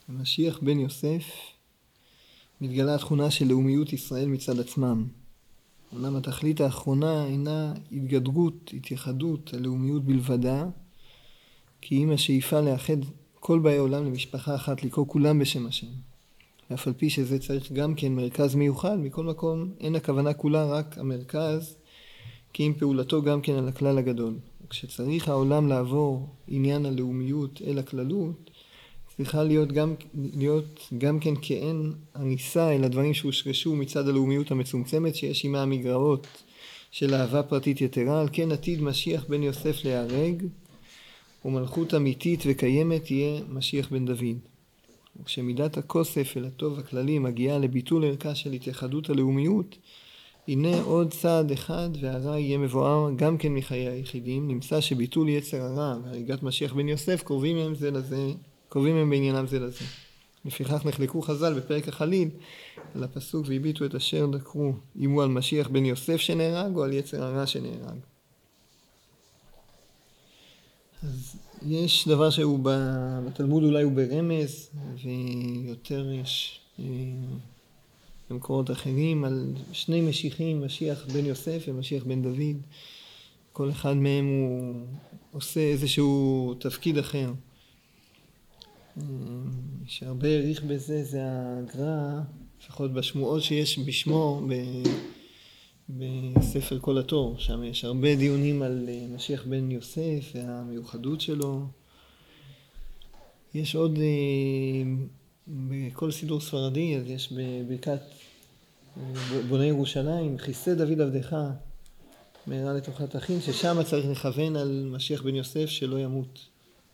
המשיח בן יוסף מתגלה התכונה של לאומיות ישראל מצד עצמם. אומנם התכלית האחרונה אינה התגדרות, התייחדות, הלאומיות בלבדה, כי אם השאיפה לאחד כל באי עולם למשפחה אחת, לקרוא כולם בשם השם. ואף על פי שזה צריך גם כן מרכז מיוחד, מכל מקום אין הכוונה כולה רק המרכז, כי אם פעולתו גם כן על הכלל הגדול. כשצריך העולם לעבור עניין הלאומיות אל הכללות, צריכה להיות גם כן כאין הניסה אל הדברים שהושרשו מצד הלאומיות המצומצמת שיש עימה המגרעות של אהבה פרטית יתרה. על כן עתיד משיח בן יוסף להיהרג, ומלכות אמיתית וקיימת תהיה משיח בן דוד. וכשמידת הכוסף אל הטוב הכללי מגיעה לביטול ערכה של התייחדות הלאומיות, הנה עוד צעד אחד והרע יהיה מבואר גם כן מחיי היחידים. נמצא שביטול יצר הרע והריגת משיח בן יוסף קרובים הם זה לזה, קרובים הם בעניינם זה לזה. לפיכך נחלקו חז"ל בפרק החליל על הפסוק והביטו את אשר דקרו, אם הוא על משיח בן יוסף שנהרג או על יצר הרע שנהרג. אז יש דבר שהוא בתלמוד אולי הוא ברמז, ויותר יש במקורות אחרים על שני משיחים, משיח בן יוסף ומשיח בן דוד. כל אחד מהם הוא עושה איזשהו תפקיד אחר. שהרבה העריך בזה זה הגר"א, לפחות בשמועות שיש בשמו בספר כל התור. שם יש הרבה דיונים על משיח בן יוסף והמיוחדות שלו. יש עוד בכל סידור ספרדי, אז יש בברכת בוני ירושלים, כיסא דוד עבדך מהרה לתוכה תכין, ששם צריך לכוון על משיח בן יוסף שלא ימות.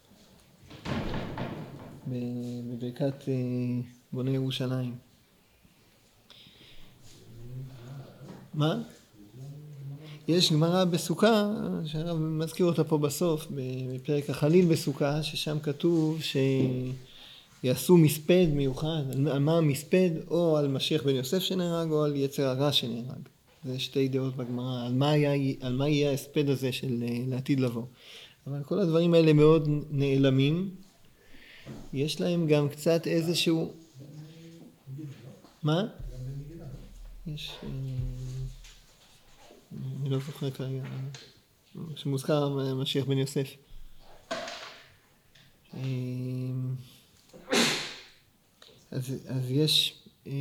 בברכת בוני ירושלים. מה? יש גמרא בסוכה, שהרב מזכיר אותה פה בסוף, בפרק החליל בסוכה, ששם כתוב שיעשו מספד מיוחד. על מה המספד? או על משיח בן יוסף שנהרג, או על יצר הרע שנהרג. זה שתי דעות בגמרא, על מה יהיה ההספד הזה של לעתיד לבוא. אבל כל הדברים האלה מאוד נעלמים. יש להם גם קצת איזשהו... מה? יש... אני לא זוכר כרגע, שמוזכר משיח בן יוסף. אז יש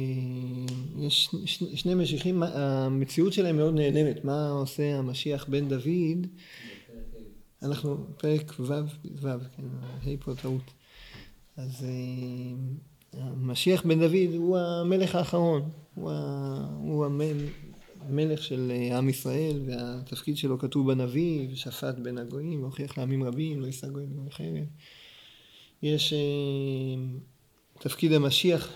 שני משיחים, המציאות שלהם מאוד נעלמת. מה עושה המשיח בן דוד? אנחנו פרק ו', כן, היי פה טעות. אז המשיח בן דוד הוא המלך האחרון, הוא המלך של עם ישראל, והתפקיד שלו כתוב בנביא, ושפט בין הגויים, והוכיח לעמים רבים, לא יישא גויים גם בחרב. יש תפקיד המשיח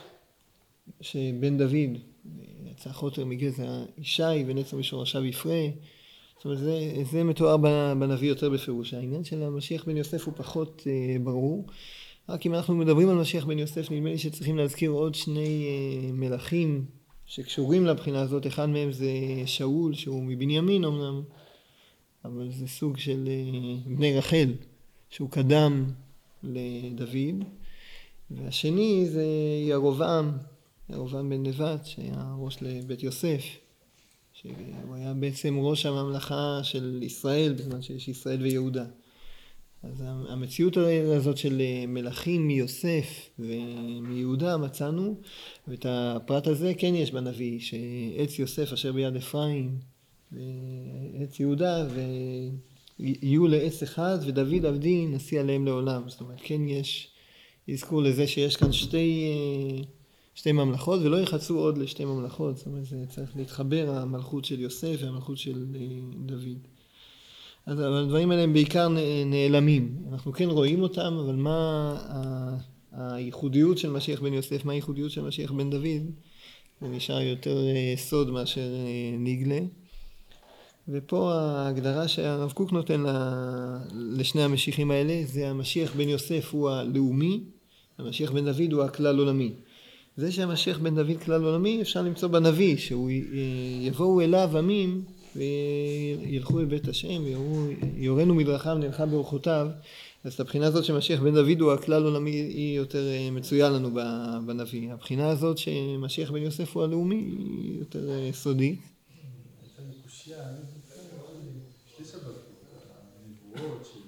שבן דוד, יצא חוטר מגזע ישי ונצר משורשיו יפרה. זאת אומרת, זה מתואר בנביא יותר בפירוש. העניין של המשיח בן יוסף הוא פחות ברור. רק אם אנחנו מדברים על משיח בן יוסף, נדמה לי שצריכים להזכיר עוד שני מלכים שקשורים לבחינה הזאת. אחד מהם זה שאול, שהוא מבנימין אמנם, אבל זה סוג של בני רחל, שהוא קדם לדוד. והשני זה ירבעם בן נבט, שהיה ראש לבית יוסף, שהוא היה בעצם ראש הממלכה של ישראל, בזמן שיש ישראל ויהודה. אז המציאות הזאת של מלכים מיוסף ומיהודה מצאנו, ואת הפרט הזה כן יש בנביא, שעץ יוסף אשר ביד אפרים ועץ יהודה, ויהיו לעץ אחד, ודוד עבדי נשיא עליהם לעולם. זאת אומרת, כן יש אזכור לזה שיש כאן שתי ממלכות, ולא יחצו עוד לשתי ממלכות. זאת אומרת, זה צריך להתחבר המלכות של יוסף והמלכות של דוד. אז הדברים האלה הם בעיקר נעלמים. אנחנו כן רואים אותם, אבל מה הייחודיות של משיח בן יוסף, מה הייחודיות של משיח בן דוד, זה נשאר יותר סוד מאשר נגלה. ופה ההגדרה שהרב קוק נותן לשני המשיחים האלה, זה המשיח בן יוסף הוא הלאומי, המשיח בן דוד הוא הכלל עולמי. זה שהמשיח בן דוד כלל עולמי אפשר למצוא בנביא, שהוא יבואו אליו עמים, וילכו אל בית השם, יורנו מדרכיו נלכה באורחותיו. אז הבחינה הזאת שמשיח בן דוד הוא הכלל עולמי היא יותר מצויה לנו בנביא. הבחינה הזאת שמשיח בן יוסף הוא הלאומי היא יותר סודית. הייתה לי קושיה, שתי שבתות, הנבואות של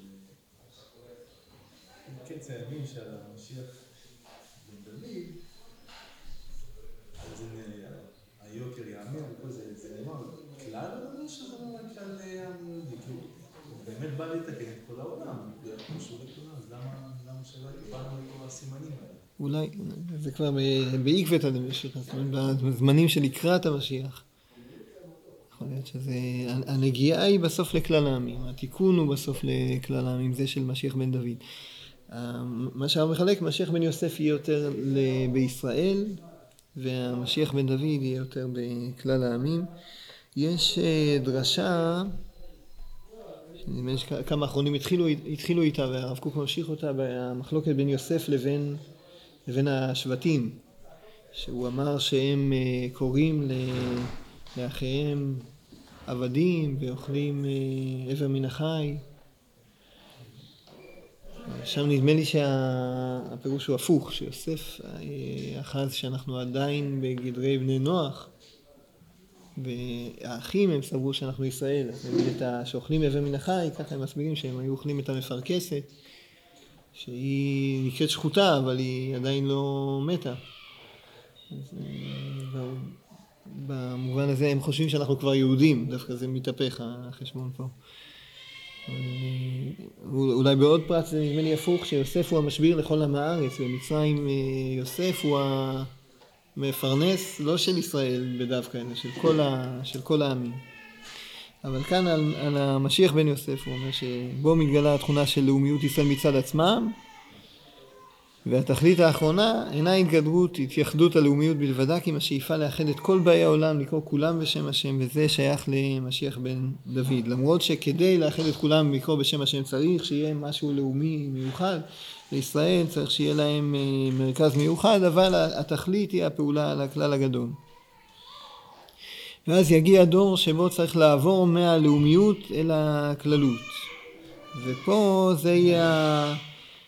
קץ הימים של המשיח בן דוד, אז היוקר יאמר וכל זה נאמר, כלל עולמי שזה לא רק על עם יהודי, כי הוא באמת בא לתקן את כל העולם, הוא משהו לכולם, אז למה שלא קיבלנו את כל הסימנים האלה? אולי, זה כבר בעקבתא דמשיחא, זאת אומרת, בזמנים שלקראת המשיח. יכול להיות שזה, הנגיעה היא בסוף לכלל העמים, התיקון הוא בסוף לכלל העמים, זה של משיח בן דוד. מה שהרב מחלק, משיח בן יוסף יהיה יותר בישראל, והמשיח בן דוד יהיה יותר בכלל העמים. יש דרשה, כמה אחרונים התחילו איתה, והרב קוק ממשיך אותה במחלוקת בין יוסף לבין השבטים, שהוא אמר שהם קוראים לאחיהם עבדים ואוכלים עבר מן החי. שם נדמה לי שהפירוש הוא הפוך, שיוסף אחז שאנחנו עדיין בגדרי בני נוח, והאחים הם סברו שאנחנו ישראל, שאוכלים עבר מן החי, ככה הם מסבירים שהם היו אוכלים את המפרכסת, שהיא נקראת שחוטה, אבל היא עדיין לא מתה. אז במובן הזה הם חושבים שאנחנו כבר יהודים, דווקא זה מתהפך החשבון פה. אולי בעוד פרט זה נדמה לי הפוך, שיוסף הוא המשביר לכל עם הארץ, במצרים יוסף הוא המפרנס לא של ישראל בדווקא, אלא של כל העמים. אבל כאן על המשיח בן יוסף הוא אומר שבו מתגלה התכונה של לאומיות ישראל מצד עצמם, והתכלית האחרונה אינה התגדרות, התייחדות הלאומיות בלבדה, כי השאיפה לאחד את כל באי העולם, לקרוא כולם בשם השם, וזה שייך למשיח בן דוד. למרות שכדי לאחד את כולם לקרוא בשם השם צריך שיהיה משהו לאומי מיוחד לישראל, צריך שיהיה להם מרכז מיוחד, אבל התכלית היא הפעולה על הכלל הגדול. ואז יגיע דור שבו צריך לעבור מהלאומיות אל הכללות. ופה זה יהיה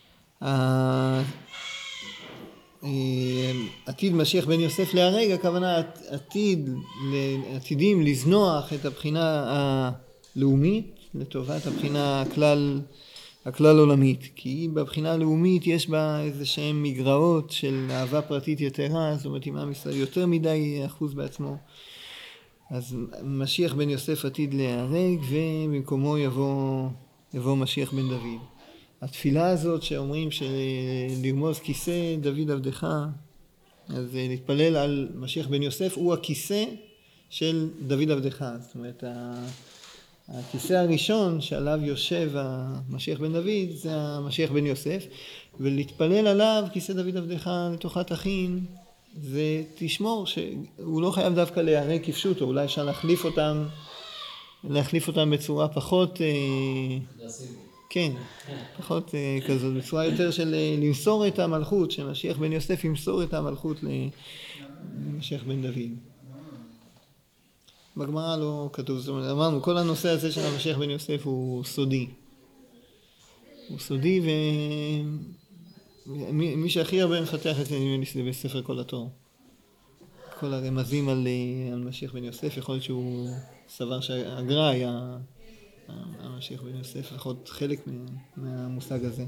עתיד משיח בן יוסף להרג, הכוונה עתידים לזנוח את הבחינה הלאומית לטובת הבחינה הכלל עולמית, כי בבחינה הלאומית יש בה איזה שהם מגרעות של אהבה פרטית יתרה, זאת אומרת אם עם ישראל יותר מדי אחוז בעצמו, אז משיח בן יוסף עתיד להרג ובמקומו יבוא משיח בן דוד. התפילה הזאת שאומרים שלרמוז כיסא דוד עבדך, אז להתפלל על משיח בן יוסף הוא הכיסא של דוד עבדך. זאת אומרת, הכיסא הראשון שעליו יושב המשיח בן דוד זה המשיח בן יוסף, ולהתפלל עליו כיסא דוד עבדך לתוכת אחים, זה תשמור שהוא לא חייב דווקא להיהרג כפשוטו, אולי אפשר להחליף אותם בצורה פחות כן, פחות כזאת, בצורה יותר של למסור את המלכות, שמשיח בן יוסף ימסור את המלכות למשיח בן דוד. בגמרא לא כתוב, זאת אומרת, אמרנו, כל הנושא הזה של המשיח בן יוסף הוא סודי. הוא סודי, ומי שהכי הרבה מפתח את זה, נדמה לי שזה בספר כל התור. כל הרמזים על משיח בן יוסף, יכול להיות שהוא סבר שהגר"א היה המשיח בן יוסף, לפחות חלק מהמושג הזה.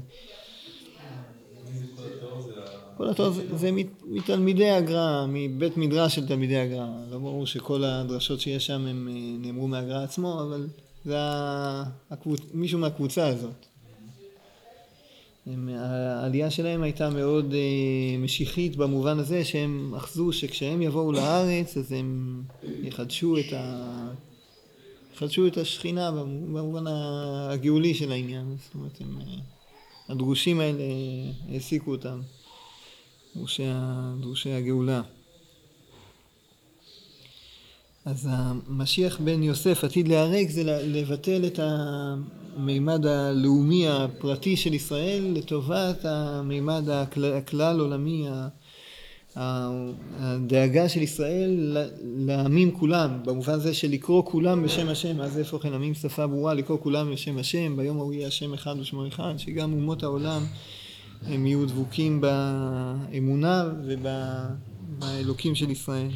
כל התור זה מתלמידי הגר"א, מבית מדרש של תלמידי הגר"א. לא ברור שכל הדרשות שיש שם הם נאמרו מהגר"א עצמו, אבל זה מישהו מהקבוצה הזאת. העלייה שלהם הייתה מאוד משיחית במובן הזה שהם אחזו שכשהם יבואו לארץ אז הם יחדשו את השכינה במובן הגאולי של העניין. זאת אומרת, הדרושים האלה העסיקו אותם, דרושי הגאולה. אז המשיח בן יוסף עתיד להיהרג זה לבטל את המימד הלאומי הפרטי של ישראל לטובת המימד הכלל עולמי הדאגה של ישראל לעמים כולם, במובן הזה של לקרוא כולם בשם השם, מה זה הפוך עמים שפה ברורה, לקרוא כולם בשם השם, ביום ההוא יהיה השם אחד ושמו אחד, שגם אומות העולם הם יהיו דבוקים באמונה ובאלוקים של ישראל.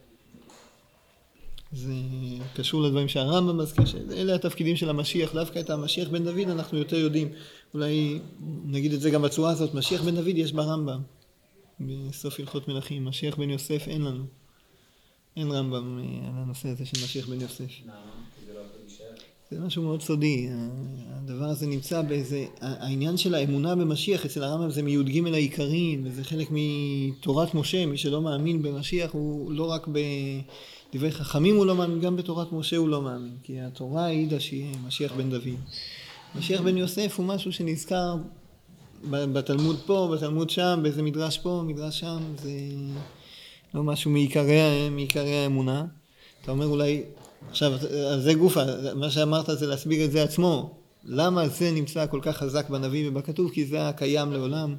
זה קשור לדברים שהרמב"ם מזכיר, אלה התפקידים של המשיח, דווקא את המשיח בן דוד אנחנו יותר יודעים, אולי נגיד את זה גם בצורה הזאת, משיח בן דוד יש ברמב"ם, בסוף הלכות מלכים, משיח בן יוסף אין לנו, אין רמב"ם על הנושא הזה של משיח בן יוסף. זה משהו מאוד סודי, הדבר הזה נמצא באיזה, העניין של האמונה במשיח אצל הרמב"ם זה מי"ג העיקרין, וזה חלק מתורת משה, מי שלא מאמין במשיח הוא לא רק בדברי חכמים הוא לא מאמין, גם בתורת משה הוא לא מאמין, כי התורה העידה שיהיה משיח בן דוד. משיח בן יוסף הוא משהו שנזכר בתלמוד פה, בתלמוד שם, באיזה מדרש פה, מדרש שם, זה לא משהו מעיקרי האמונה. אתה אומר אולי, עכשיו, זה גופה, מה שאמרת זה להסביר את זה עצמו. למה זה נמצא כל כך חזק בנביא ובכתוב? כי זה הקיים לעולם.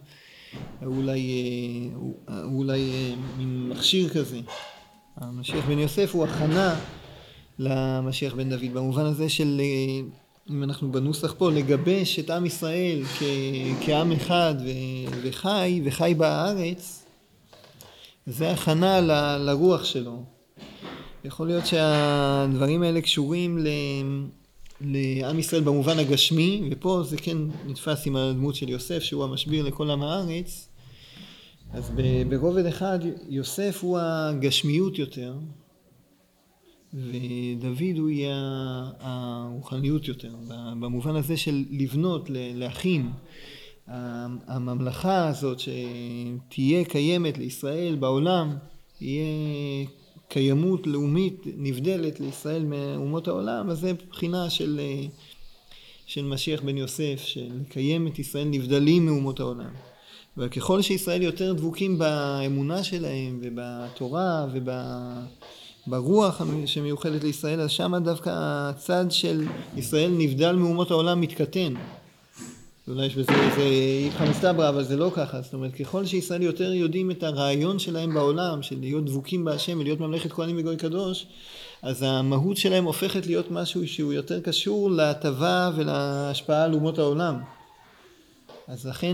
אולי מין מכשיר כזה. המשיח בן יוסף הוא הכנה למשיח בן דוד, במובן הזה של, אם אנחנו בנוסח פה, לגבש את עם ישראל כעם אחד וחי בארץ, זה הכנה לרוח שלו. יכול להיות שהדברים האלה קשורים לעם ישראל במובן הגשמי, ופה זה כן נתפס עם הדמות של יוסף, שהוא המשביר לכל עם הארץ. אז ברובד אחד, יוסף הוא הגשמיות יותר, ודוד הוא יהיה הרוחניות יותר, במובן הזה של לבנות, להכין. הממלכה הזאת שתהיה קיימת לישראל בעולם, יהיה קיימות לאומית נבדלת לישראל מאומות העולם, אז זה בחינה של משיח בן יוסף, של לקיים את ישראל נבדלים מאומות העולם. וככל שישראל יותר דבוקים באמונה שלהם ובתורה וברוח שמיוחדת לישראל, אז שם דווקא הצד של ישראל נבדל מאומות העולם מתקטן. אולי יש בזה איזה איתך מסתברא, אבל זה לא ככה. זאת אומרת, ככל שישראל יותר יודעים את הרעיון שלהם בעולם, של להיות דבוקים בהשם ולהיות ממלכת כהנים וגוי קדוש, אז המהות שלהם הופכת להיות משהו שהוא יותר קשור להטבה ולהשפעה על אומות העולם. אז לכן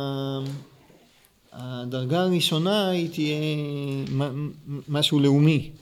הדרגה הראשונה היא תהיה משהו לאומי.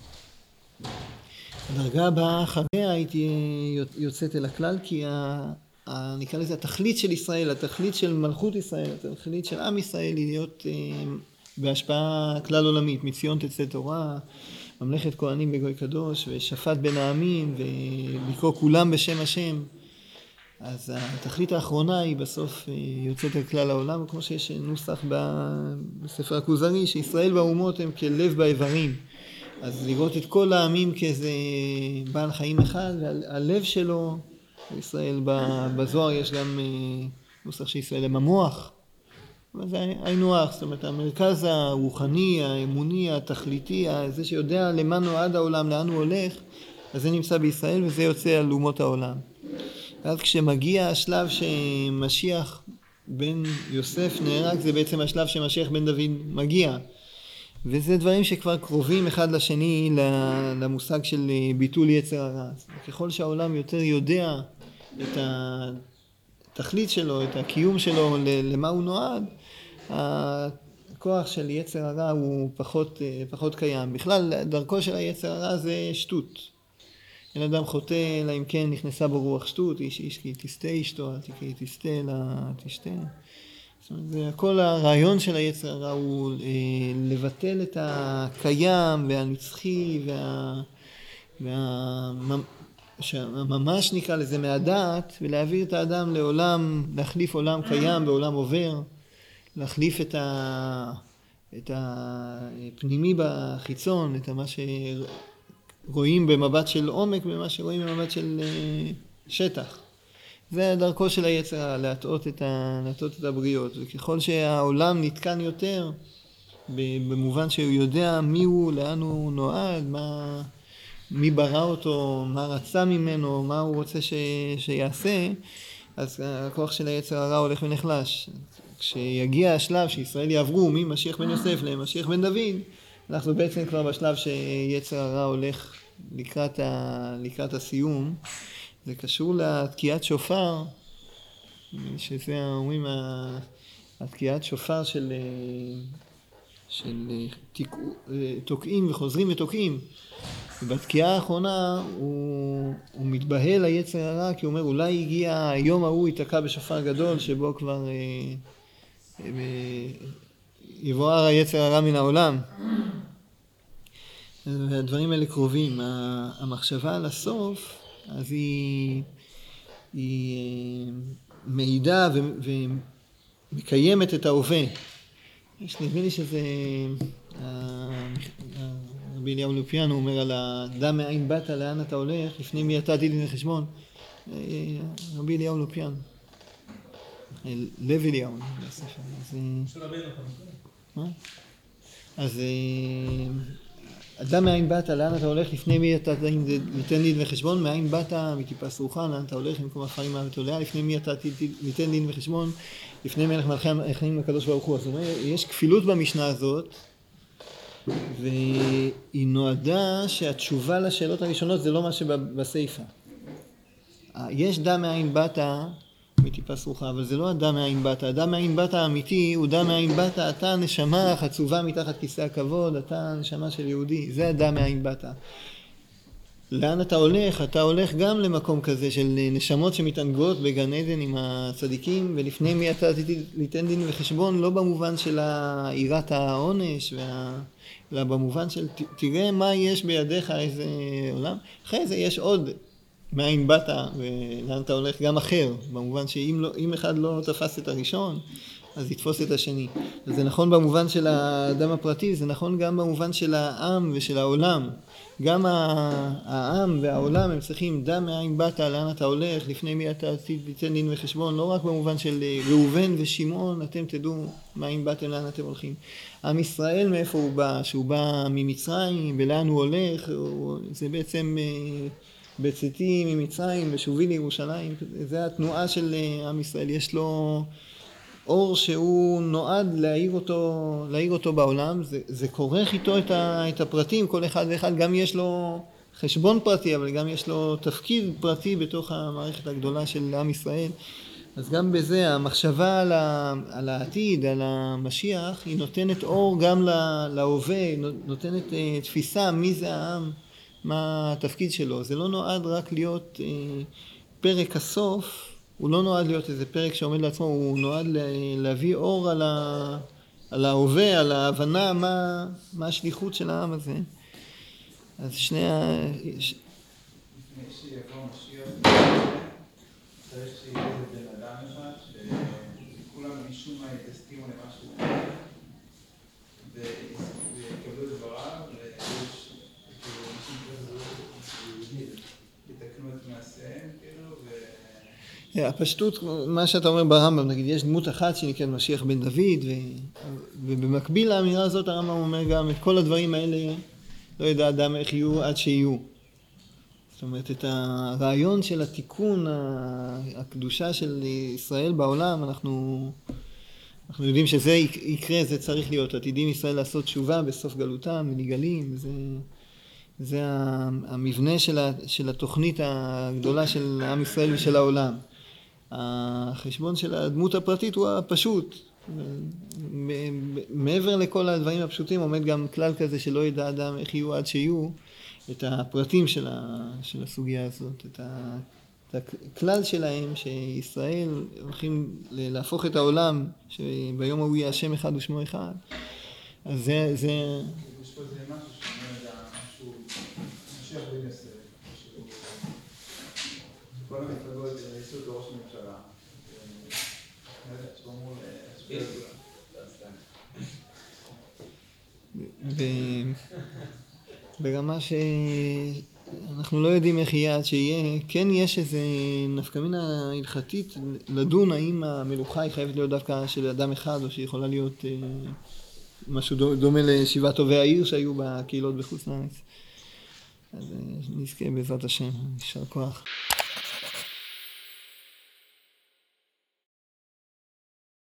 הדרגה הבאה אחריה היא תהיה יוצאת אל הכלל, כי נקרא לזה התכלית של ישראל, התכלית של מלכות ישראל, התכלית של עם ישראל היא להיות בהשפעה כלל עולמית, מציון תצא תורה, ממלכת כהנים בגוי קדוש, ושפט בין העמים, ולקרוא כולם בשם השם. אז התכלית האחרונה היא בסוף יוצאת אל כלל העולם, כמו שיש נוסח בספר הכוזרי, שישראל והאומות הם כלב באיברים. אז לראות את כל העמים כאיזה בעל חיים אחד, והלב שלו, בישראל בזוהר יש גם נוסח שישראל הם המוח. זה היינו הך, זאת אומרת המרכז הרוחני, האמוני, התכליתי, זה שיודע למה נועד העולם, לאן הוא הולך, אז זה נמצא בישראל וזה יוצא על אומות העולם. אז כשמגיע השלב שמשיח בן יוסף נהרג, זה בעצם השלב שמשיח בן דוד מגיע. וזה דברים שכבר קרובים אחד לשני למושג של ביטול יצר הרע. ככל שהעולם יותר יודע את התכלית שלו, את הקיום שלו, למה הוא נועד, הכוח של יצר הרע הוא פחות קיים. בכלל, דרכו של היצר הרע זה שטות. אין אדם חוטא, אלא אם כן נכנסה בו רוח שטות, איש כי תסתה אשתו, אל כי תסתה אלא תשתה. זאת אומרת, כל הרעיון של היצר הרע הוא לבטל את הקיים והנצחי שממש נקרא לזה מהדעת, ולהעביר את האדם לעולם, להחליף עולם קיים בעולם עובר, להחליף את הפנימי בחיצון, את מה שרואים במבט של עומק במה שרואים במבט של שטח. זה דרכו של היצר, להטעות את הבריות. וככל שהעולם נתקן יותר, במובן שהוא יודע מי הוא, לאן הוא נועד, מי ברא אותו, מה רצה ממנו, מה הוא רוצה שיעשה, אז הכוח של היצר הרע הולך ונחלש. כשיגיע השלב שישראל יעברו ממשיח בן יוסף למשיח בן דוד, אנחנו בעצם כבר בשלב שיצר הרע הולך לקראת הסיום. זה קשור לתקיעת שופר, שזה אומרים התקיעת שופר של תוקעים וחוזרים ותוקעים. ובתקיעה האחרונה הוא מתבהל היצר הרע, כי הוא אומר אולי הגיע היום ההוא ייתקע בשופר גדול שבו כבר יבואר היצר הרע מן העולם. והדברים האלה קרובים. המחשבה על הסוף, אז היא מעידה ומקיימת את ההווה. נדמה לי שזה רבי אליהו לופיאן, הוא אומר על הדע מאין באת לאן אתה הולך, לפני מי אתה דין וחשבון. רבי אליהו לופיאן, לב אליהו. אז הדע מאין באת לאן אתה הולך, לפני מי אתה ניתן דין וחשבון, מאין באת מטיפס רוחן, לאן אתה הולך במקום עפרים מוות עולה, לפני מי אתה ניתן דין וחשבון, לפני מלך מלכי המלכים הקדוש ברוך הוא. זאת אומרת, יש כפילות במשנה הזאת, והיא נועדה שהתשובה לשאלות הראשונות זה לא מה שבסייפה. יש דע מאין באת מטיפס רוחה, אבל זה לא הדע מאין באת. הדע מאין באת האמיתי הוא דע מאין באת, אתה הנשמה חצובה מתחת כיסא הכבוד, אתה הנשמה של יהודי, זה הדע מאין באת. לאן אתה הולך? אתה הולך גם למקום כזה של נשמות שמתענגות בגן עדן עם הצדיקים, ולפני מי אתה תיתן דין וחשבון, לא במובן של עירת העונש, אלא במובן של תראה מה יש בידיך, איזה עולם. אחרי זה יש עוד מאין באת ולאן אתה הולך גם אחר, במובן שאם אחד לא תפס את הראשון, אז יתפוס את השני. אז זה נכון במובן של האדם הפרטי, זה נכון גם במובן של העם ושל העולם. גם העם והעולם הם צריכים דע מאין באת, לאן אתה הולך, לפני מי אתה תיתן דין וחשבון, לא רק במובן של ראובן ושמעון, אתם תדעו מאין באתם, לאן אתם הולכים. עם ישראל מאיפה הוא בא, שהוא בא ממצרים, ולאן הוא הולך, זה בעצם בצאתי ממצרים ושובי לירושלים, זה התנועה של עם ישראל, יש לו אור שהוא נועד להאיר אותו בעולם, זה כורך איתו את הפרטים, כל אחד ואחד, גם יש לו חשבון פרטי, אבל גם יש לו תפקיד פרטי בתוך המערכת הגדולה של עם ישראל. אז גם בזה, המחשבה על העתיד, על המשיח, היא נותנת אור גם להווה, נותנת תפיסה מי זה העם, מה התפקיד שלו. זה לא נועד רק להיות פרק הסוף, הוא לא נועד להיות איזה פרק שעומד לעצמו, הוא נועד להביא אור על ההווה, על ההבנה מה השליחות של העם הזה. אז שני לפני שיבוא משיח, צריך שיהיה איזה בן אדם אחד, שכולם משום מה יתסכימו למשהו ויקבלו את דבריו, יתקנו את מעשיהם, הפשטות, מה שאתה אומר ברמב"ם, נגיד, יש דמות אחת שנקראת משיח בן דוד, ובמקביל לאמירה הזאת הרמב"ם אומר גם את כל הדברים האלה, לא ידע אדם איך יהיו עד שיהיו. זאת אומרת, את הרעיון של התיקון, הקדושה של ישראל בעולם, אנחנו יודעים שזה יקרה, זה צריך להיות. עתידים ישראל לעשות תשובה בסוף גלותם, ונגאלים, זה המבנה של התוכנית הגדולה של עם ישראל ושל העולם. החשבון של הדמות הפרטית הוא הפשוט. מעבר לכל הדברים הפשוטים עומד גם כלל כזה שלא ידע אדם איך יהיו עד שיהיו, את הפרטים של הסוגיה הזאת, את הכלל שלהם שישראל הולכים להפוך את העולם, שביום ההוא יהיה השם אחד ושמו אחד. אז זה... יש פה איזה משהו שאומר משהו, משיח בן יוסף, כל המפלגות יעשו את ראש הממשלה, שאומרו להשפיע על ברמה שאנחנו לא יודעים איך יהיה עד שיהיה, כן יש איזה נפקמינה הלכתית לדון האם המלוכה היא חייבת להיות דווקא של אדם אחד, או שיכולה להיות משהו דומה לשבעת טובי העיר שהיו בקהילות בחוץ לארץ. אז נזכה בעזרת השם, יישר כוח.